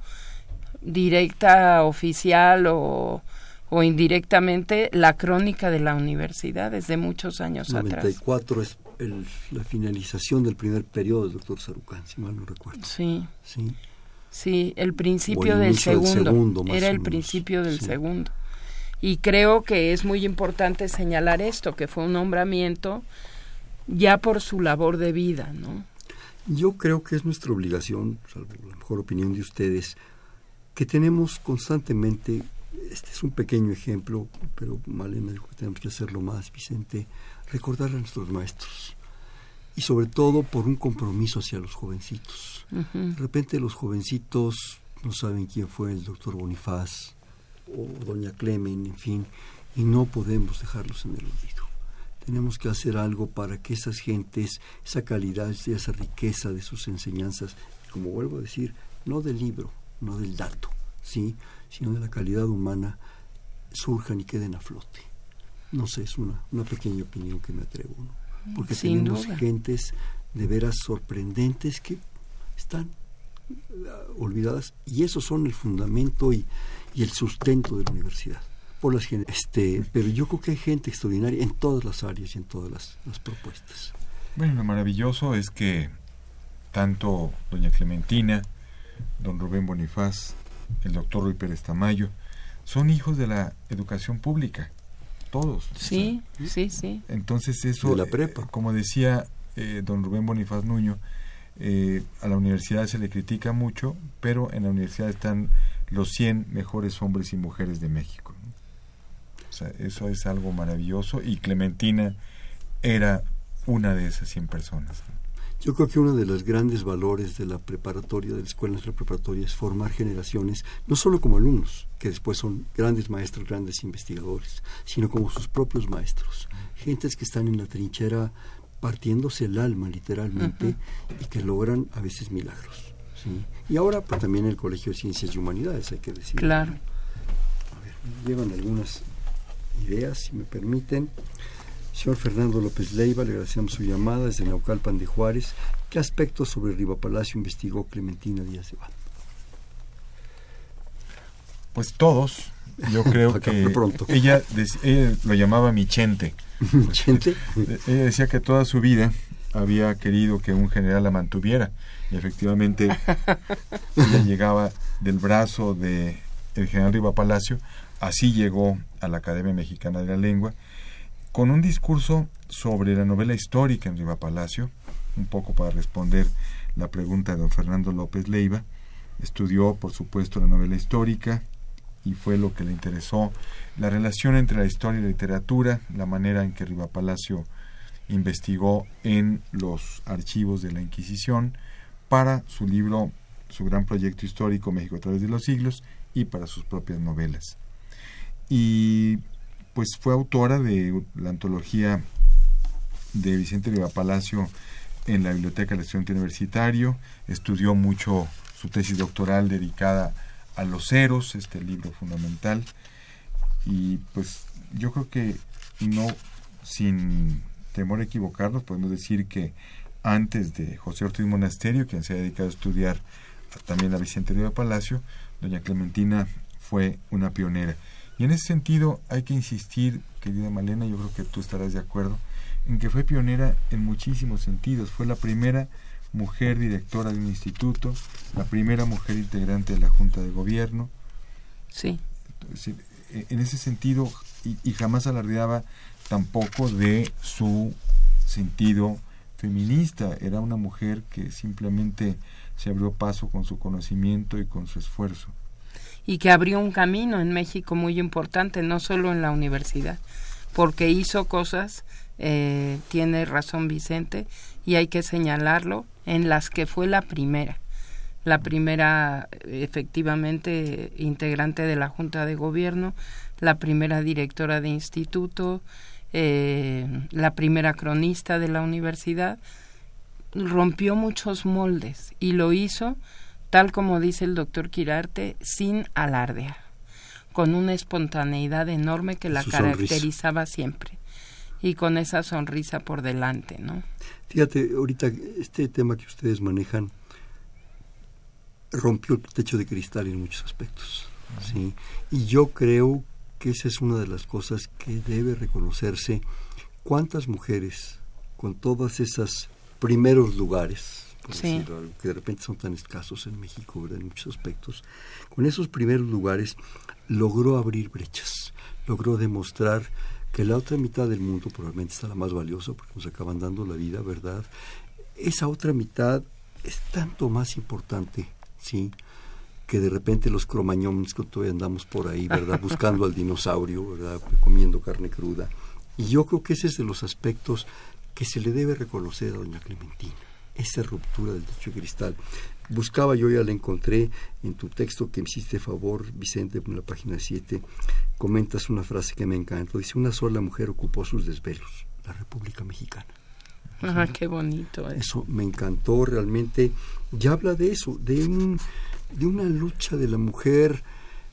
directa, oficial o indirectamente la crónica de la universidad desde muchos años 94 atrás. 94 es la finalización del primer periodo del doctor Sarucán, si mal no recuerdo. Sí, el principio del segundo era el principio del segundo. Y creo que es muy importante señalar esto, que fue un nombramiento ya por su labor de vida, ¿no? Yo creo que es nuestra obligación, salvo la mejor opinión de ustedes, que tenemos constantemente, este es un pequeño ejemplo, pero Malena dijo que tenemos que hacerlo más, Vicente, recordar a nuestros maestros. Y sobre todo por un compromiso hacia los jovencitos. De repente los jovencitos no saben quién fue el doctor Bonifaz o doña Clemen, en fin, y no podemos dejarlos en el olvido. Tenemos que hacer algo para que esas gentes, esa calidad, esa riqueza de sus enseñanzas, como vuelvo a decir, no del libro, no del dato, ¿sí?, sino de la calidad humana, surjan y queden a flote. No sé, es una pequeña opinión que me atrevo, ¿no? Porque Sin tenemos duda. gentes de veras sorprendentes que están olvidadas, y esos son el fundamento y el sustento de la universidad. Pero yo creo que hay gente extraordinaria en todas las áreas y en todas las propuestas. Bueno, lo maravilloso es que tanto doña Clementina, don Rubén Bonifaz, el doctor Ruy Pérez Tamayo, son hijos de la educación pública, todos. Sí, sí. Entonces eso, de la prepa. Como decía don Rubén Bonifaz Nuño, a la universidad se le critica mucho, pero en la universidad están los 100 mejores hombres y mujeres de México, ¿no? O sea, eso es algo maravilloso, y Clementina era una de esas 100 personas, ¿no? Yo creo que uno de los grandes valores de la preparatoria, de la escuela nuestra preparatoria, es formar generaciones, no solo como alumnos, que después son grandes maestros, grandes investigadores, sino como sus propios maestros. Gentes que están en la trinchera partiéndose el alma, literalmente, y que logran a veces milagros, ¿sí? Y ahora, pues también el Colegio de Ciencias y Humanidades, hay que decir. Claro. A ver, me llevan algunas ideas, si me permiten. Señor Fernando López Leiva, le agradecemos su llamada desde Naucalpan de Juárez. ¿Qué aspectos sobre Rivapalacio investigó Clementina Díaz de Band? Pues todos. Yo creo que ella lo llamaba mi chente. ¿Chente? Ella decía que toda su vida había querido que un general la mantuviera, y efectivamente ella llegaba del brazo de el general Rivapalacio. Así llegó a la Academia Mexicana de la Lengua, con un discurso sobre la novela histórica en Rivapalacio, un poco para responder la pregunta de don Fernando López Leiva. Estudió, por supuesto, la novela histórica, y fue lo que le interesó, la relación entre la historia y la literatura, la manera en que Rivapalacio investigó en los archivos de la Inquisición para su libro, su gran proyecto histórico México a través de los siglos, y para sus propias novelas. Y pues fue autora de la antología de Vicente Rivapalacio en la Biblioteca del Estudiante Universitario. Estudió mucho su tesis doctoral dedicada a los Eros, este libro fundamental, y pues yo creo que no, sin temor a equivocarnos, podemos decir que antes de José Ortiz Monasterio, quien se ha dedicado a estudiar también a Vicente Rivapalacio, doña Clementina fue una pionera. Y en ese sentido hay que insistir, querida Malena, yo creo que tú estarás de acuerdo, en que fue pionera en muchísimos sentidos. Fue la primera mujer directora de un instituto, la primera mujer integrante de la Junta de Gobierno. Sí. En ese sentido, y jamás alardeaba tampoco de su sentido feminista. Era una mujer que simplemente se abrió paso con su conocimiento y con su esfuerzo. Y que abrió un camino en México muy importante, no solo en la universidad, porque hizo cosas, tiene razón Vicente, y hay que señalarlo, en las que fue la primera efectivamente integrante de la Junta de Gobierno, la primera directora de instituto, la primera cronista de la universidad. Rompió muchos moldes y lo hizo, tal como dice el doctor Quirarte, sin alardear, con una espontaneidad enorme que la caracterizaba siempre, y con esa sonrisa por delante, ¿no? Fíjate, ahorita este tema que ustedes manejan rompió el techo de cristal en muchos aspectos, ¿sí? Y yo creo que esa es una de las cosas que debe reconocerse. ¿Cuántas mujeres con todas esas primeros lugares, por decirlo algo, que de repente son tan escasos en México, ¿verdad?, en muchos aspectos, con esos primeros lugares logró abrir brechas, logró demostrar que la otra mitad del mundo probablemente está la más valiosa, porque nos acaban dando la vida, ¿verdad? Esa otra mitad es tanto más importante, ¿sí?, que de repente los cromañones que todavía andamos por ahí, ¿verdad?, buscando al dinosaurio, ¿verdad?, comiendo carne cruda. Y yo creo que ese es de los aspectos que se le debe reconocer a doña Clementina, esa ruptura del techo de cristal. Buscaba, yo ya la encontré en tu texto que me hiciste favor, Vicente, en la página 7, comentas una frase que me encantó, dice: una sola mujer ocupó sus desvelos, la República Mexicana. Ah, qué bonito eso me encantó realmente. Ya habla de eso, de una lucha de la mujer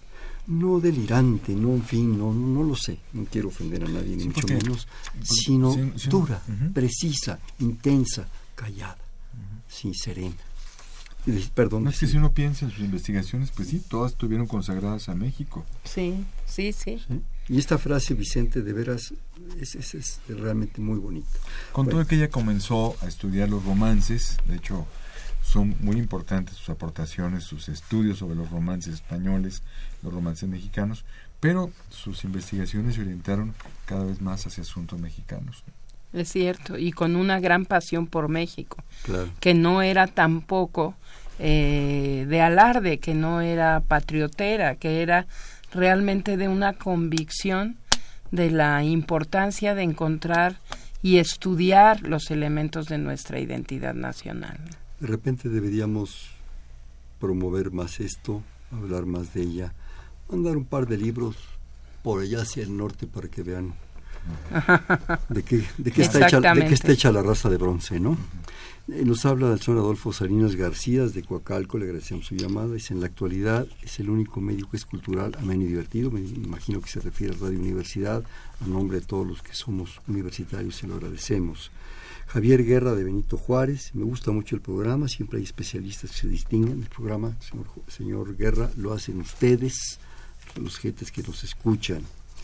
no delirante, no, en fin, no lo sé, no quiero ofender a nadie, ni mucho menos, sino dura, precisa, intensa, callada, sí, serena. Perdón. No, es que si uno piensa en sus investigaciones, pues sí, todas estuvieron consagradas a México. Sí. Y esta frase, Vicente, de veras, es realmente muy bonita. Con todo que ella comenzó a estudiar los romances, de hecho, son muy importantes sus aportaciones, sus estudios sobre los romances españoles, los romances mexicanos, pero sus investigaciones se orientaron cada vez más hacia asuntos mexicanos. Es cierto, y con una gran pasión por México, claro, que no era tampoco de alarde, que no era patriotera, que era realmente de una convicción de la importancia de encontrar y estudiar los elementos de nuestra identidad nacional. De repente deberíamos promover más esto, hablar más de ella, mandar un par de libros por allá hacia el norte para que vean de qué está hecha la raza de bronce, ¿no? Nos habla el señor Adolfo Salinas García de Coacalco, le agradecemos su llamada. Dice: en la actualidad es el único medio que es cultural, ameno y divertido. Me imagino que se refiere a Radio Universidad. A nombre de todos los que somos universitarios se lo agradecemos. Javier Guerra de Benito Juárez: me gusta mucho el programa, siempre hay especialistas que se distinguen. El programa, señor Guerra, lo hacen ustedes, los gentes que nos escuchan.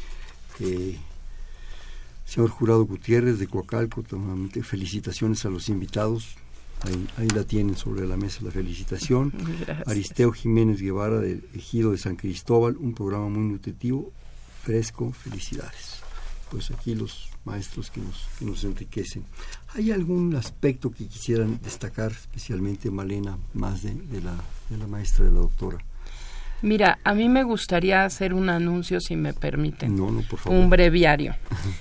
Señor Jurado Gutiérrez de Coacalco, nuevamente felicitaciones a los invitados. Ahí la tienen sobre la mesa la felicitación. Gracias. Aristeo Jiménez Guevara del Ejido de San Cristóbal: un programa muy nutritivo, fresco, felicidades. Pues aquí los maestros que nos enriquecen. ¿Hay algún aspecto que quisieran destacar, especialmente, Malena, más de la maestra, de la doctora? Mira, a mí me gustaría hacer un anuncio, si me permiten. No, por favor. Un breviario.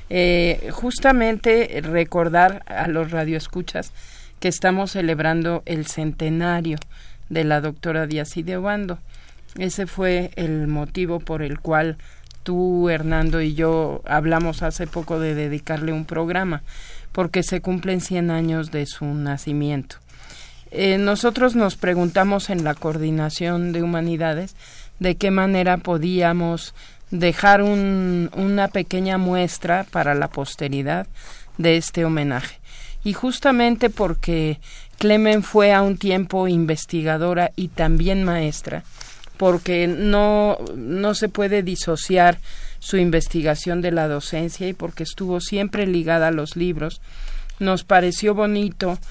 Justamente recordar a los radioescuchas que estamos celebrando el centenario de la doctora Díaz y de Obando. Ese fue el motivo por el cual tú, Hernando, y yo hablamos hace poco de dedicarle un programa, porque se cumplen 100 años de su nacimiento. Nosotros nos preguntamos en la Coordinación de Humanidades de qué manera podíamos dejar una pequeña muestra para la posteridad de este homenaje. Y justamente porque Clemen fue a un tiempo investigadora y también maestra, porque no se puede disociar su investigación de la docencia, y porque estuvo siempre ligada a los libros, nos pareció bonito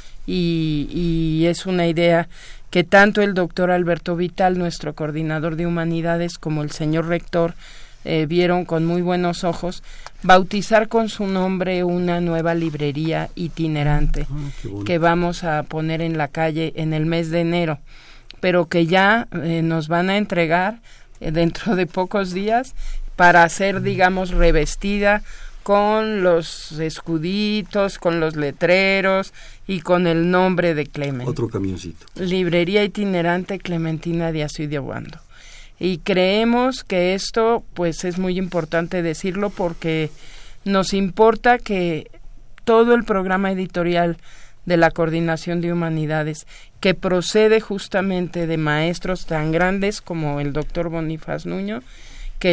y es una idea que tanto el doctor Alberto Vital, nuestro coordinador de humanidades, como el señor rector vieron con muy buenos ojos, bautizar con su nombre una nueva librería itinerante que vamos a poner en la calle en el mes de enero, pero que ya nos van a entregar dentro de pocos días para ser, digamos, revestida con los escuditos, con los letreros y con el nombre de Clemen. Otro camioncito. Librería itinerante Clementina Díaz y de Obando. Y creemos que esto, pues, es muy importante decirlo, porque nos importa que todo el programa editorial de la Coordinación de Humanidades, que procede justamente de maestros tan grandes como el doctor Bonifaz Nuño, que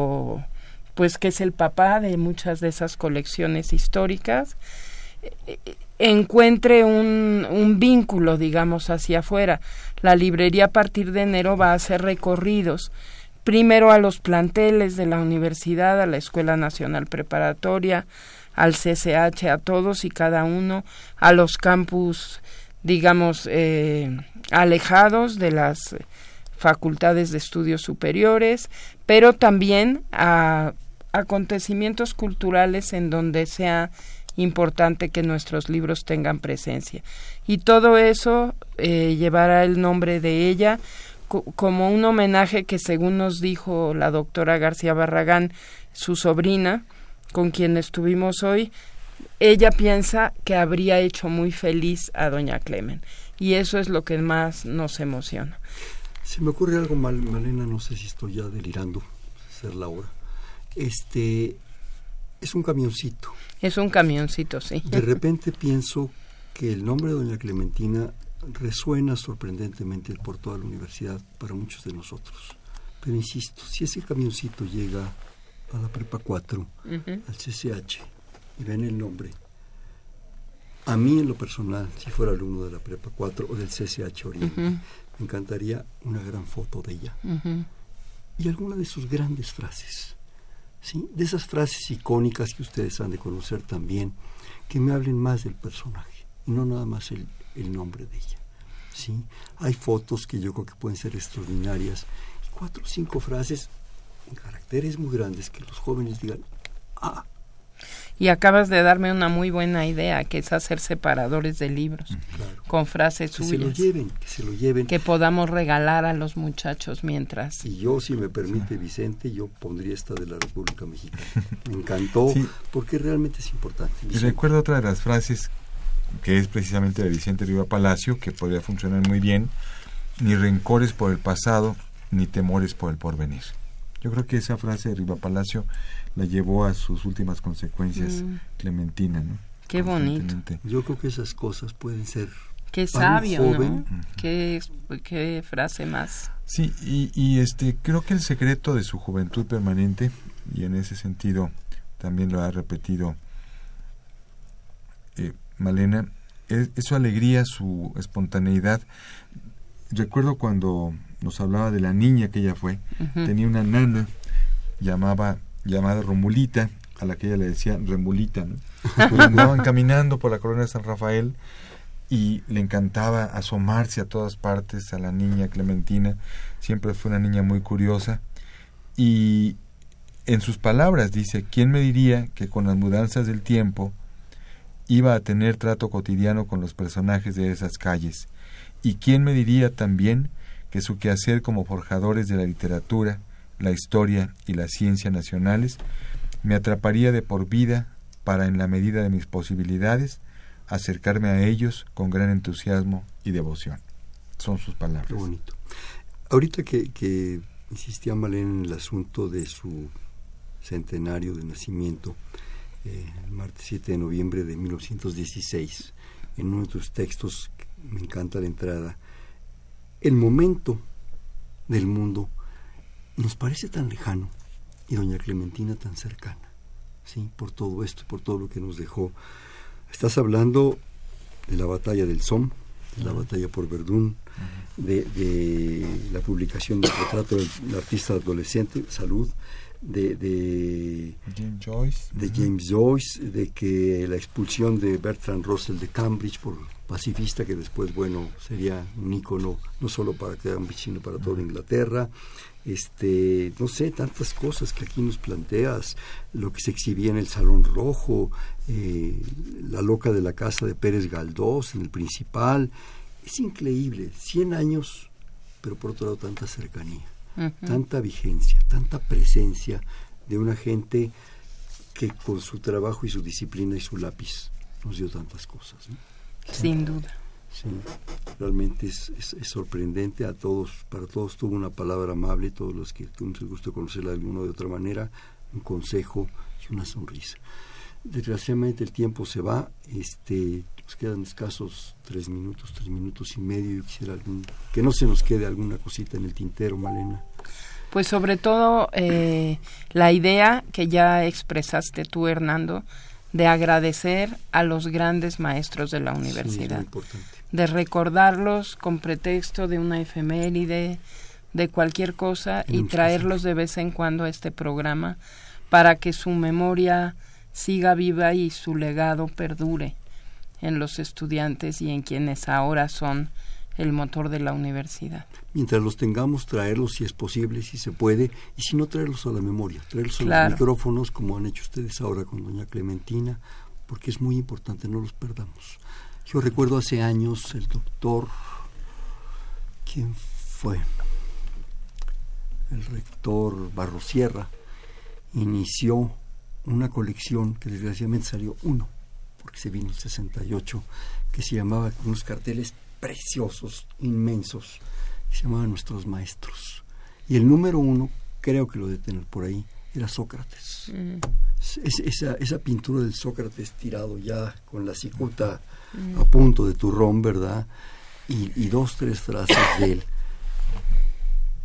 es el papá de muchas de esas colecciones históricas, encuentre un vínculo, digamos, hacia afuera. La librería a partir de enero va a hacer recorridos, primero a los planteles de la universidad, a la Escuela Nacional Preparatoria, al CCH, a todos y cada uno, a los campus, digamos, alejados de las facultades de estudios superiores, pero también a acontecimientos culturales en donde sea importante que nuestros libros tengan presencia. Y todo eso llevará el nombre de ella como un homenaje que, según nos dijo la doctora García Barragán, su sobrina, con quien estuvimos hoy, ella piensa que habría hecho muy feliz a doña Clemen. Y eso es lo que más nos emociona. Se me ocurre algo, Malena, no sé si estoy ya delirando, ser la hora. Es un camioncito. Es un camioncito, sí. De repente pienso que el nombre de doña Clementina resuena sorprendentemente por toda la universidad para muchos de nosotros, Pero insisto, si ese camioncito llega a la Prepa 4, al CCH, y ven el nombre, a mí en lo personal, si fuera alumno de la Prepa 4 o del CCH Oriente, me encantaría una gran foto de ella. Y alguna de sus grandes frases, ¿sí? De esas frases icónicas que ustedes han de conocer también, que me hablen más del personaje y no nada más el nombre de ella, ¿sí? Hay fotos que yo creo que pueden ser extraordinarias, y 4 o 5 frases en caracteres muy grandes que los jóvenes digan, ¡ah! Y acabas de darme una muy buena idea, que es hacer separadores de libros, claro, con frases suyas. Que se lo lleven. Que podamos regalar a los muchachos mientras. Y yo, si me permite, Vicente, yo pondría esta de la República Mexicana. Me encantó, sí, porque realmente es importante. Y recuerdo otra de las frases, que es precisamente de Vicente Riva Palacio, que podría funcionar muy bien: ni rencores por el pasado, ni temores por el porvenir. Yo creo que esa frase de Riva Palacio la llevó a sus últimas consecuencias Clementina, ¿no? Qué bonito. Yo creo que esas cosas pueden ser... Qué sabio, joven, ¿no? Qué frase más. Sí, y creo que el secreto de su juventud permanente, y en ese sentido también lo ha repetido Malena, es su alegría, su espontaneidad. Recuerdo cuando nos hablaba de la niña que ella fue, tenía una nana llamada Romulita, a la que ella le decía Remulita, ¿no? Pues andaban caminando por la colonia de San Rafael y le encantaba asomarse a todas partes a la niña Clementina. Siempre fue una niña muy curiosa, y en sus palabras dice: ¿quién me diría que con las mudanzas del tiempo iba a tener trato cotidiano con los personajes de esas calles? ¿Y quién me diría también que su quehacer como forjadores de la literatura, la historia y la ciencia nacionales me atraparía de por vida para, en la medida de mis posibilidades, acercarme a ellos con gran entusiasmo y devoción? Son sus palabras. Qué bonito. Ahorita que insistía Malena en el asunto de su centenario de nacimiento, el martes 7 de noviembre de 1916, en uno de tus textos, me encanta la entrada, el momento del mundo nos parece tan lejano y doña Clementina tan cercana, ¿sí? Por todo esto, por todo lo que nos dejó. Estás hablando de la batalla del Somme, de la batalla por Verdún, de la publicación del retrato del artista adolescente, Salud, de James Joyce, de que la expulsión de Bertrand Russell de Cambridge por pacifista, que después, bueno, sería un ícono no solo para Cambridge, sino para toda Inglaterra. No sé, tantas cosas que aquí nos planteas, lo que se exhibía en el Salón Rojo, la loca de la casa de Pérez Galdós en el Principal. Es increíble, 100 años, pero por otro lado tanta cercanía, tanta vigencia, tanta presencia de una gente que con su trabajo y su disciplina y su lápiz nos dio tantas cosas, ¿no? Sin duda. Sí, realmente es sorprendente. Para todos tuvo una palabra amable, todos los que tuvimos el gusto de conocerla de alguna o de otra manera, un consejo y una sonrisa. Desgraciadamente el tiempo se va, nos quedan escasos 3 minutos y medio. Yo quisiera que no se nos quede alguna cosita en el tintero, Malena. Pues sobre todo la idea que ya expresaste tú, Hernando, de agradecer a los grandes maestros de la universidad, sí, de recordarlos con pretexto de una efeméride, de cualquier cosa, y traerlos de vez en cuando a este programa para que su memoria siga viva y su legado perdure en los estudiantes y en quienes ahora son el motor de la universidad. Mientras los tengamos, traerlos si es posible, si se puede, y si no, traerlos a la memoria, traerlos a los micrófonos, como han hecho ustedes ahora con doña Clementina, porque es muy importante, no los perdamos. Yo recuerdo hace años el doctor, ¿quién fue? El rector Barrosierra inició una colección que desgraciadamente salió uno, porque se vino el 68, que se llamaba, con unos carteles preciosos, inmensos, que se llamaban Nuestros Maestros. Y el número 1, creo que lo de tener por ahí, era Sócrates. Esa pintura del Sócrates tirado ya con la cicuta a punto de turrón, ¿verdad? Y 2, 3 frases de él.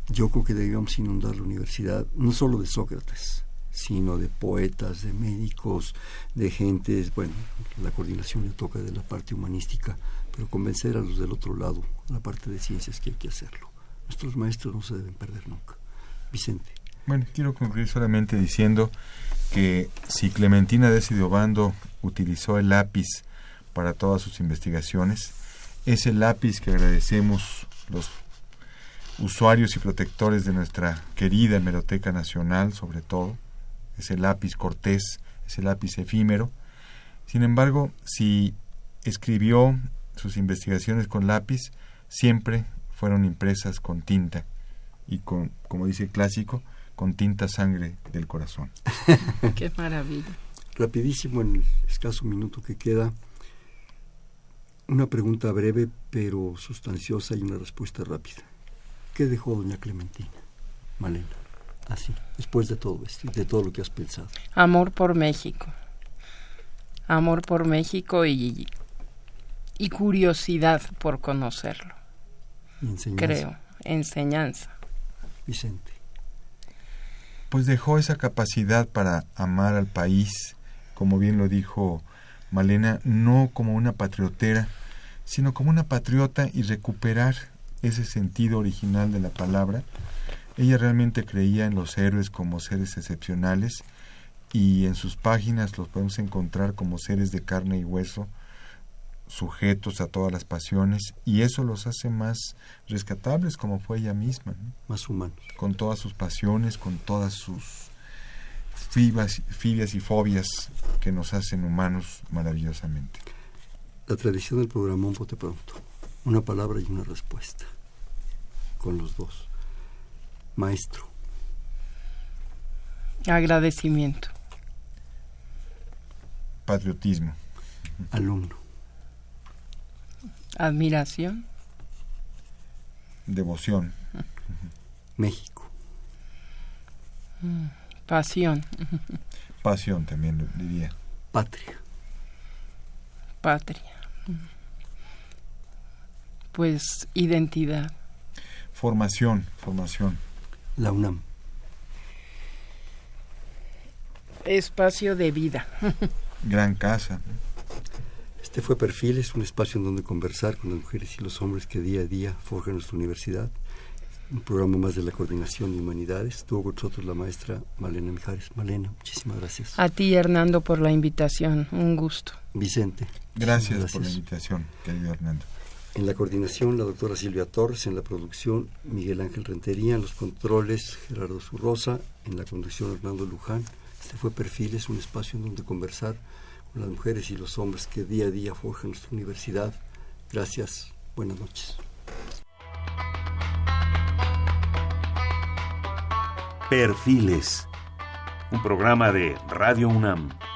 Yo creo que debíamos inundar la universidad, no solo de Sócrates, sino de poetas, de médicos, de gentes. Bueno, la coordinación le toca de la parte humanística, pero convencer a los del otro lado, la parte de ciencias, que hay que hacerlo. Nuestros maestros no se deben perder nunca. Vicente. Bueno, quiero concluir solamente diciendo que si Clementina Desi de Obando utilizó el lápiz para todas sus investigaciones, ese lápiz que agradecemos los usuarios y protectores de nuestra querida Hemeroteca Nacional, sobre todo, ese lápiz cortés, ese lápiz efímero. Sin embargo, si escribió sus investigaciones con lápiz, siempre fueron impresas con tinta y con, como dice el clásico, con tinta sangre del corazón. ¡Qué maravilla! Rapidísimo, en el escaso minuto que queda, una pregunta breve pero sustanciosa y una respuesta rápida. ¿Qué dejó doña Clementina? Malena, así, después de todo esto y de todo lo que has pensado. Amor por México. Amor por México y curiosidad por conocerlo. Enseñanza. Creo, enseñanza. Vicente. Pues dejó esa capacidad para amar al país, como bien lo dijo Malena, no como una patriotera, sino como una patriota, y recuperar ese sentido original de la palabra. Ella realmente creía en los héroes como seres excepcionales, y en sus páginas los podemos encontrar como seres de carne y hueso, sujetos a todas las pasiones, y eso los hace más rescatables, como fue ella misma, ¿no? Más humanos. Con todas sus pasiones, con todas sus filias y fobias que nos hacen humanos maravillosamente. La tradición del programa Bote Pronto. Una palabra y una respuesta. Con los dos. Maestro. Agradecimiento. Patriotismo. Alumno. Admiración. Devoción. México. Pasión. Pasión también lo diría. Patria. Patria. Pues identidad. Formación. La UNAM. Espacio de vida. Gran casa. Este fue Perfiles, un espacio en donde conversar con las mujeres y los hombres que día a día forjan nuestra universidad. Un programa más de la Coordinación de Humanidades. Estuvo con nosotros la maestra Malena Mijares. Malena, muchísimas gracias. A ti, Hernando, por la invitación. Un gusto. Vicente. Gracias por la invitación, querido Hernando. En la coordinación, la doctora Silvia Torres. En la producción, Miguel Ángel Rentería. En los controles, Gerardo Zurrosa. En la conducción, Hernando Luján. Este fue Perfiles, un espacio en donde conversar con las mujeres y los hombres que día a día forjan nuestra universidad. Gracias. Buenas noches. Perfiles, un programa de Radio UNAM.